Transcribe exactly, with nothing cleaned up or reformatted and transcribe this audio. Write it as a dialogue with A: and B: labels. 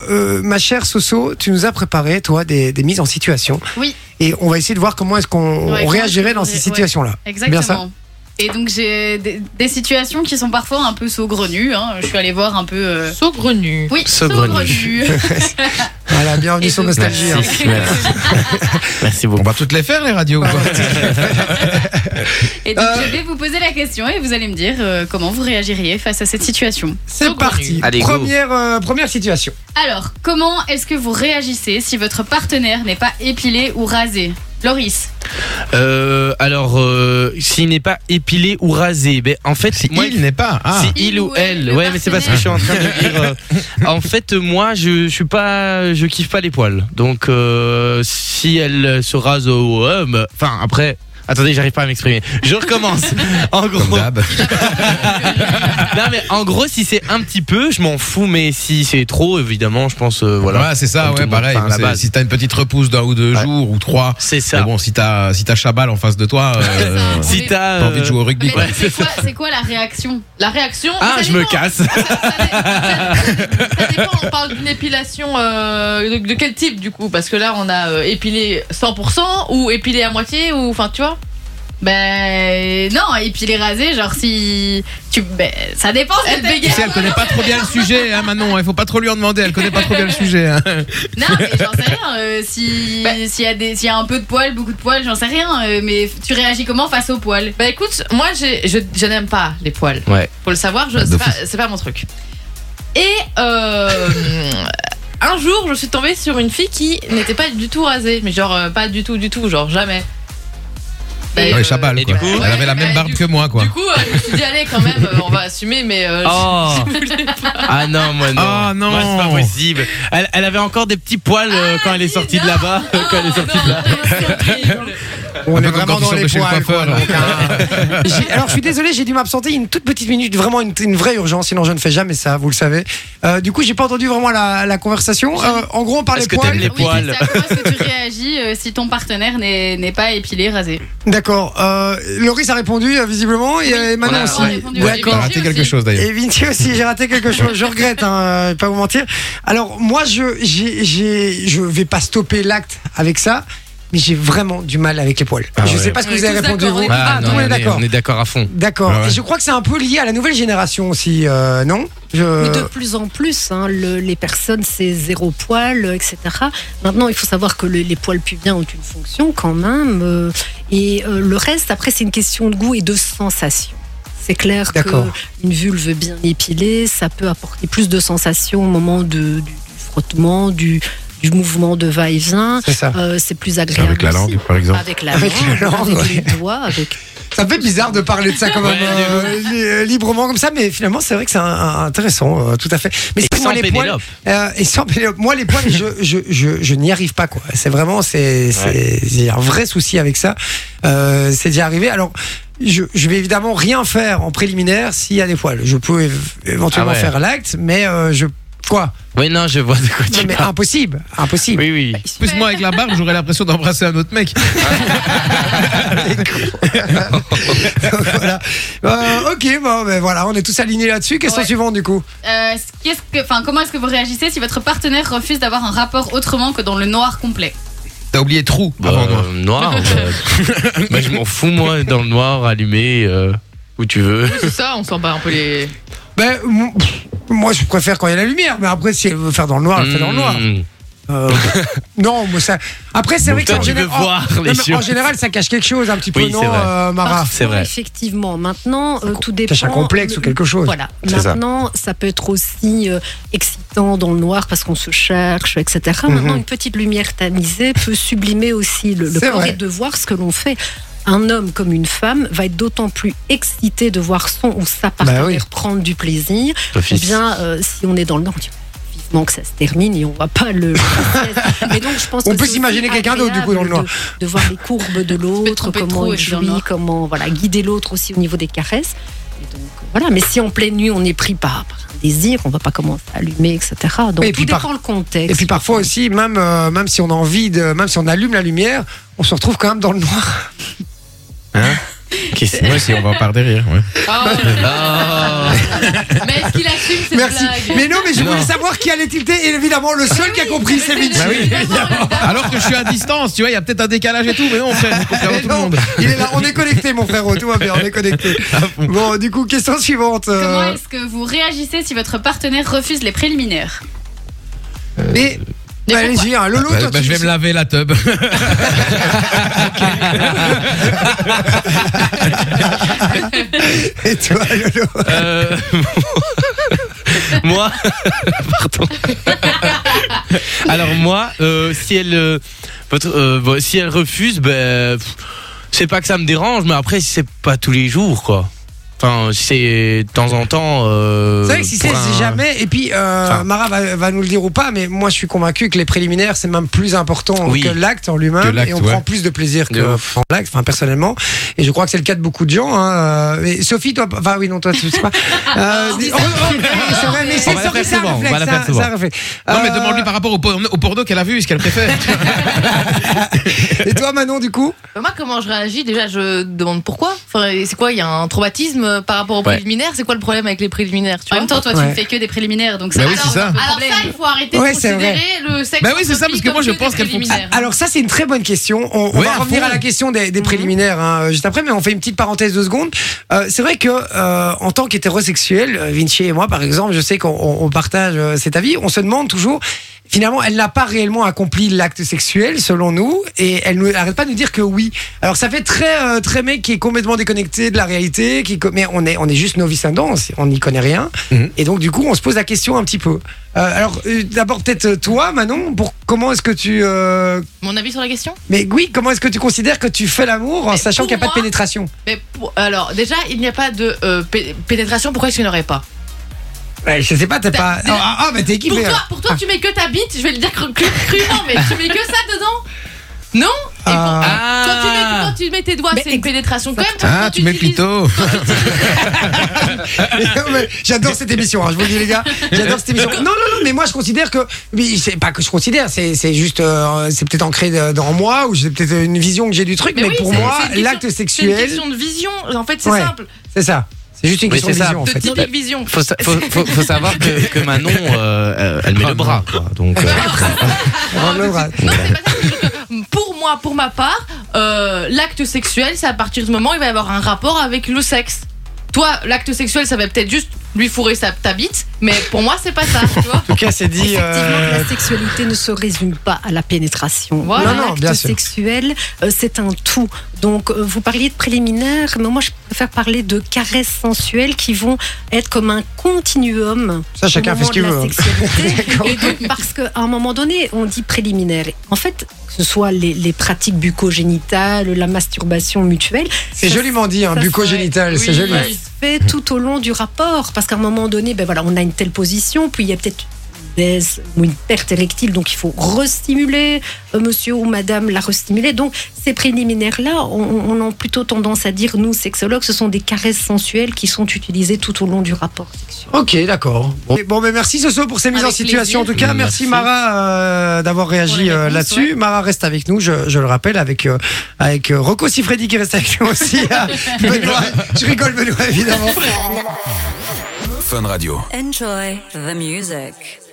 A: euh, ma chère Soso, tu nous as préparé, toi, des, des mises en situation.
B: Oui.
A: Et on va essayer de voir comment est-ce qu'on
B: Ouais,
A: on réagirait
B: comment
A: dans
B: est-ce
A: ces
B: que- ouais.
A: situations-là.
B: Exactement.
A: Bien ça.
B: Et donc j'ai des, des situations qui sont parfois un peu saugrenues. Hein. Je suis allée voir un peu. Euh...
C: Saugrenu.
B: Oui,
D: Saugrenues.
B: saugrenues.
A: Voilà, bienvenue
B: Et
A: sur
B: donc-
A: Nostalgie. hein.
D: Merci, merci. Merci
E: On
D: beaucoup.
E: va toutes les faire, les radios. quoi.
B: Et donc
A: Euh.
B: je vais vous poser la question et vous allez me dire euh, comment vous réagiriez face à cette situation.
A: C'est
C: Saugrenu.
A: parti.
D: Allez, go.
A: première, euh, première situation.
B: Alors, comment est-ce que vous réagissez si votre partenaire n'est pas épilé ou rasé? Loris.
D: Euh, alors, euh, s'il n'est pas épilé ou rasé, ben en fait,
E: Si
D: moi,
E: il n'est pas. Ah.
D: si il ou elle,
B: le
D: ouais, mais c'est parce que je suis en train de dire. euh, en fait, moi, je, je suis pas, je kiffe pas les poils. Donc, euh, si elle se rase au, euh, bah, enfin, après. Attendez, j'arrive pas à m'exprimer. Je recommence. En
E: Comme
D: gros,
E: d'hab.
D: non mais en gros, si c'est un petit peu, je m'en fous. Mais si c'est trop, évidemment, je pense, euh, voilà.
E: Ouais, c'est ça,
D: Comme tout
E: ouais,
D: le monde,
E: pareil.
D: enfin, à la
E: C'est-
D: base.
E: Si t'as une petite repousse d'un ou deux
D: Ouais.
E: jours ou trois.
D: C'est ça.
E: Mais bon, si t'as si t'as Chabal en face de toi, euh,
D: Si t'as,
E: t'as envie de jouer au rugby,
B: Mais
E: quoi.
B: c'est quoi, c'est quoi la réaction?
C: La réaction.
D: Ah,
C: ça
D: je me
C: dépend.
D: casse.
C: Ça, ça dé- ça- ça dépend, on parle d'une épilation euh, de, de quel type du coup? Parce que là on a euh, épilé cent pour cent ou épilé à moitié ou enfin tu vois.
B: Ben non, épilé rasé, genre si tu, ben ça dépend. ce que
C: Elle
B: t'as
C: bégaye.
E: Tu sais, elle connaît pas trop bien le sujet, hein, Manon. Il faut pas trop lui en demander. Elle connaît pas trop bien le sujet. Hein.
B: Non, mais j'en sais rien. euh, si
C: Ben-
B: s'il y a des, s'il y a un peu de poils, beaucoup de poils, j'en sais rien. euh, mais tu réagis comment face aux poils?
C: Bah écoute, moi j'ai, je, je n'aime pas les poils.
D: Ouais.
C: Faut le savoir, je,
E: Bah,
C: c'est, pas,
E: d'office.
C: c'est pas mon truc. Et euh, un jour, je suis tombée sur une fille qui n'était pas du tout rasée, mais genre euh, pas du tout, du tout, genre jamais. Et,
E: Ouais,
C: euh,
E: Chabal,
D: et
E: quoi.
D: du coup
E: Elle avait la
C: Ouais,
E: même
C: et
E: barbe
C: du-
E: que moi, quoi.
C: Du coup, euh, je me suis dit allez quand même, euh, on va assumer, mais euh,
D: Oh.
C: je, je voulais pas.
D: Ah non, moi non.
E: Ah non.
D: Moi, c'est pas possible. Elle, elle avait encore des petits poils euh, quand elle est sortie de là-bas.
C: Non,
D: quand elle est sortie
C: non,
D: de là.
C: non, c'est horrible.
A: On
E: Un
A: est
E: peu comme
A: vraiment
E: quand tu
A: dans
E: sors
A: les
E: de chez le
A: poils.
E: coiffeur,
A: quoi,
E: là.
A: donc, hein. J'ai- Alors, je suis désolé, j'ai dû m'absenter une toute petite minute, vraiment une, une vraie urgence, sinon je ne fais jamais ça, vous le savez. Euh, du coup, j'ai pas entendu vraiment la, la conversation. Euh, en gros, on parlait
D: Est-ce que
A: poils.
D: t'aimes les
B: Oui,
D: poils.
B: c'est ça. Comment est-ce que tu réagis euh, si ton partenaire n'est n'est pas épilé, rasé?
A: D'accord. Euh, Loris a répondu, euh, visiblement, et euh, Manon
D: on a-
A: aussi.
D: on a
B: répondu,
E: T'as
A: D'accord.
E: raté quelque chose, d'ailleurs.
A: Et Vinci aussi, j'ai raté quelque chose. Je regrette, hein, euh, je vais pas vous mentir. Alors moi, je, j'ai, j'ai, je vais pas stopper l'acte avec ça, mais j'ai vraiment du mal avec les poils.
D: Ah
A: je
D: ouais.
A: sais pas ce que
C: On
A: vous
C: est
A: avez
C: tous
A: répondu
C: d'accord,
A: vous.
C: on est tous
A: Ah,
D: Ah,
A: tout
D: non,
A: le monde est
D: on est-
A: d'accord.
D: on est d'accord à fond.
A: D'accord.
E: Ah ouais.
A: Et je crois que c'est un peu lié à la nouvelle génération aussi, euh, non je...
F: Mais de plus en plus, hein, le- les personnes, c'est zéro poil, euh, et cetera. Maintenant, il faut savoir que le- les poils pubiens ont une fonction quand même. euh, et euh, le reste, après, c'est une question de goût et de sensation. C'est clair
A: D'accord.
F: qu'une vulve bien épilée, ça peut apporter plus de sensations au moment de, du, du frottement, du, du mouvement de va-et-vient.
A: C'est ça.
F: Euh, c'est plus agréable.
E: Avec la
F: aussi.
E: langue, par exemple.
F: Avec la
A: Avec
F: langue,
A: la langue,
F: avec
A: ouais.
F: les doigts, avec.
A: Ça me fait bizarre de parler de ça quand même
D: Ouais,
A: euh, li- librement comme ça, mais finalement c'est vrai que c'est un- un- intéressant, euh, tout à fait. Mais
D: Et
A: c'est moi
D: sans
A: les poils,
D: Pénélope.
A: euh, et sans Pénélope. Moi les poils, je, je, je, je n'y arrive pas quoi. C'est vraiment c'est c'est j'ai un vrai souci avec ça. Euh, c'est déjà arrivé. Alors je, je vais évidemment rien faire en préliminaire s'il y a des poils. Je peux év- éventuellement
D: Ah ouais.
A: faire l'acte, mais euh, je quoi
D: Oui, non, je vois de quoi
A: Non
D: tu
A: mais
D: parles.
A: impossible, impossible.
D: Oui, oui.
E: Plus moi avec la barbe, j'aurais l'impression d'embrasser un autre mec.
A: Donc, voilà. Euh, ok, bon, ben voilà, on est tous alignés là-dessus. Question
B: Ouais.
A: suivante du coup.
B: Euh, qu'est-ce que, enfin, comment est-ce que vous réagissez si votre partenaire refuse d'avoir un rapport autrement que dans le noir complet?
E: T'as oublié trou
D: Bah,
E: avant moi.
D: euh, noir. bah, bah, je m'en fous, moi, dans le noir, allumé, euh, où tu veux.
C: C'est ça, on s'en bat un peu les.
A: Ben, m- pff, moi, je préfère quand il y a la lumière, mais après, si elle veut faire dans le noir, elle fait dans le noir.
D: Mmh.
A: Euh, non, moi, ça. Après, c'est
D: Donc
A: vrai
D: toi,
A: qu'en
D: tu veux
A: général,
D: voir
A: non,
D: les
A: mais en
D: choses.
A: général, ça cache quelque chose un petit peu,
D: Oui,
A: non,
D: c'est vrai.
A: euh, Mara
D: C'est vrai.
F: Effectivement. Maintenant, euh, tout dépend.
A: Cache un complexe ou quelque chose.
F: Voilà.
D: C'est ça.
F: Maintenant, ça. peut être aussi euh, excitant dans le noir parce qu'on se cherche, et cetera.
A: Mhm.
F: Maintenant, une petite lumière tamisée peut sublimer aussi le, le
A: C'est
F: corps
A: vrai.
F: et de voir ce que l'on fait. Un homme comme une femme va être d'autant plus excité de voir son ou sa partenaire
A: Bah oui.
F: prendre du plaisir. Ou
D: D'office.
F: bien, euh, si on est dans le noir, on dit vivement que ça se termine et on va pas le. Mais donc, je pense
A: On
F: que
A: peut
F: c'est
A: s'imaginer
F: aussi
A: quelqu'un d'autre, du coup, dans le noir.
F: agréable De, de voir les courbes de l'autre,
B: tromper
F: comment
B: trop
F: il
B: et dans le
F: jouit,
B: noir.
F: comment voilà, guider l'autre aussi au niveau des caresses. Et donc, voilà. Mais si en pleine nuit, on est pris par, par un désir, on va pas commencer à allumer, et cetera. Donc,
A: Et
F: tout
A: puis
F: dépend
A: par-
F: le contexte.
A: Et puis parfois aussi, même, euh, même si on a envie de. Même si on allume la lumière, on se retrouve quand même dans le noir.
D: Hein Qui c'est
E: Moi aussi, on va en part derrière. Ouais.
C: Oh,
D: Ah.
C: mais est-ce qu'il assume cette
A: Merci.
C: blague?
A: Mais non, mais je
D: Non.
A: voulais savoir qui allait tilter. Et évidemment, le seul qui a compris, c'est Vinci.
E: Bah oui,
C: évidemment.
E: Alors que je suis à distance, tu vois, il y a peut-être un décalage et tout, mais non, frère, on comprend
A: Mais
E: tout le
A: non,
E: monde.
A: il est là, on est connecté, mon frérot, tout va bien, on est connecté. Bon, du coup, question suivante.
B: Comment
A: euh,
B: est-ce que vous réagissez si votre partenaire refuse les préliminaires?
A: Mais, bah, allez-y, hein, Lolo,
E: Bah,
A: toi,
E: bah,
A: tu-
E: je vais me laver la tub.
A: Et toi, Lolo?
D: Euh, moi, pardon. Alors moi, euh, si elle, euh, votre, euh, bon, si elle refuse, ben, pff, c'est pas que ça me dérange, mais après, si c'est pas tous les jours, quoi. Enfin, si c'est de temps en temps. Euh,
A: C'est vrai que si c'est
D: pour un-
A: c'est jamais. Et puis, euh,
D: Enfin.
A: Mara va, va nous le dire ou pas, mais moi je suis convaincu que les préliminaires c'est même plus important
D: Oui.
A: que l'acte en
E: Que
A: lui-même.
E: l'acte,
A: Et on
E: ouais.
A: prend plus de plaisir que
D: De ouf.
A: en l'acte, enfin personnellement. Et je crois que c'est le cas de beaucoup de gens. Hein. Euh, Mais Sophie, toi, enfin oui, non, toi, tu sais pas. Euh, dis- oh, oh, c'est vrai, mais c'est
E: On va la
A: sorti,
E: faire
A: c'est un
E: souvent, on
A: réflexe,
E: va la
A: c'est
E: faire
A: un-
E: souvent.
A: c'est un réflexe.
E: Non, mais
A: Euh,
E: demande-lui par rapport au, por- au porno qu'elle a vu, ce qu'elle préfère.
A: Et toi, Manon, du coup?
C: Bah, moi, comment je réagis? Déjà, je demande pourquoi. Enfin, c'est quoi? Il y a un traumatisme euh, par rapport aux
D: Ouais.
C: préliminaires? C'est quoi le problème avec les préliminaires, tu
B: En
C: vois?
B: même temps, toi, tu
A: Ouais.
B: ne fais que des préliminaires, donc
E: Bah oui,
B: alors,
E: c'est ça.
B: un peu
C: Alors
B: problème.
C: ça, il faut arrêter
A: Ouais,
C: de
A: c'est vrai.
C: considérer le sexe.
E: Bah oui, c'est ça,
C: entre
E: parce que
C: filles
E: moi, je
C: comme
E: pense
C: des
E: qu'elles font-
C: préliminaires.
A: Alors ça c'est une très bonne question. On, on
E: Ouais,
A: va
E: à
A: revenir
E: fond.
A: à la question des, des
C: Mhm.
A: préliminaires hein, juste après, mais on fait une petite parenthèse de secondes. Euh, c'est vrai que euh, en tant qu'hétérosexuel, euh, Vinci et moi par exemple, je sais qu'on on- on partage euh, cet avis. On se demande toujours. Finalement, elle n'a pas réellement accompli l'acte sexuel, selon nous, et elle ne arrête pas de nous dire que oui. Alors, ça fait très, euh, très mec qui est complètement déconnecté de la réalité, qui, co- mais on est, on est juste novice dedans, on n'y connaît rien,
E: Mhm.
A: et donc du coup, on se pose la question un petit peu. Euh, alors, euh, d'abord peut-être euh, toi, Manon, pour comment est-ce que tu, euh,
C: Mon avis sur la question?
A: mais oui, comment est-ce que tu considères que tu fais l'amour en
C: Mais
A: sachant
C: pour
A: qu'il n'y a pas de
C: moi-
A: pénétration?
C: Mais pour- alors, déjà, il n'y a pas de euh, pé- pénétration. Pourquoi est-ce qu'il n'y en aurait pas?
A: Ouais, je sais pas, t'es pas.
C: T'as-
A: Ah, ah, mais t'es équipé.
C: Pour toi,
A: hein.
C: pour toi, tu mets que ta bite. Je vais le dire cru- cru- crûment, mais tu mets que ça dedans? Non? Et pour-
A: Ah.
C: Quand tu, mets, quand tu mets tes doigts,
F: Mais
C: c'est une
F: ex-
C: pénétration quand même.
E: Ah,
C: Quand
E: tu mets le
C: utilises-
E: clito.
A: Mais J'adore cette émission, hein, je vous le dis les gars. J'adore cette émission. Non, non, non, mais moi je considère que, mais c'est pas que je considère, c'est c'est juste, euh, c'est peut-être ancré de- dans moi ou c'est peut-être une vision que j'ai du truc, mais,
C: oui,
A: pour
C: c'est-
A: moi,
C: c'est une question-
A: l'acte
C: C'est une
A: sexuel,
C: question de vision. En fait, c'est
A: Ouais.
C: simple.
A: c'est ça. C'est juste une
D: Oui,
A: question de
D: c'est ça.
A: vision en
C: De
A: fait.
C: typique vision.
D: Faut, sa- faut, faut, faut savoir que, que Manon, euh, euh, elle met le bras, quoi. Donc, euh,
A: Rends le bras.
C: Non, c'est pas ça. c'est juste que Pour moi, pour ma part, euh, l'acte sexuel, c'est à partir du moment où il va y avoir un rapport avec le sexe. Toi, l'acte sexuel, ça va peut-être juste lui fourrer sa, ta bite, mais pour moi, c'est pas ça, tu vois.
A: En tout cas, c'est dit.
F: Effectivement,
A: euh,
F: que la sexualité ne se résume pas à la pénétration.
C: Voilà.
A: Non, non, bien
F: L'acte
A: sûr.
F: sexuel, euh, c'est un tout. Donc, euh, vous parliez de préliminaires, mais moi, je préfère parler de caresses sensuelles qui vont être comme un continuum.
A: Ça, chacun
F: au
A: fait ce qu'il
F: moment
A: veut.
F: de la sexualité.
A: D'accord.
F: Et donc, parce qu'à un moment donné, on dit préliminaire. En fait, que ce soit les, les pratiques bucco-génitales, la masturbation mutuelle.
A: C'est
F: ça
A: joliment dit, hein,
F: ça,
A: bucco-génital,
C: oui,
A: c'est joli.
C: oui.
F: se fait tout au long du rapport. Parce qu'à un moment donné, ben voilà, on a une telle position, puis il y a peut-être une baisse ou une perte érectile, donc il faut restimuler, euh, monsieur ou madame l'a restimuler. Donc ces préliminaires-là, on, on a plutôt tendance à dire, nous, sexologues, ce sont des caresses sensuelles qui sont utilisées tout au long du rapport sexuel.
A: Ok, d'accord. Bon, bon mais merci Soso pour ces mises en
C: Avec
A: situation. En tout
C: plaisir.
A: cas, merci,
D: Merci.
A: Mara euh, d'avoir
C: Pour
A: réagi
C: les
A: euh,
C: réponses,
A: là-dessus.
C: ouais.
A: Mara reste avec nous, je, je le rappelle, avec euh, avec euh, Rocco Siffredi qui reste avec nous aussi. Ah, Benoît, je rigole Benoît évidemment.
G: Fun Radio.
H: Enjoy the music.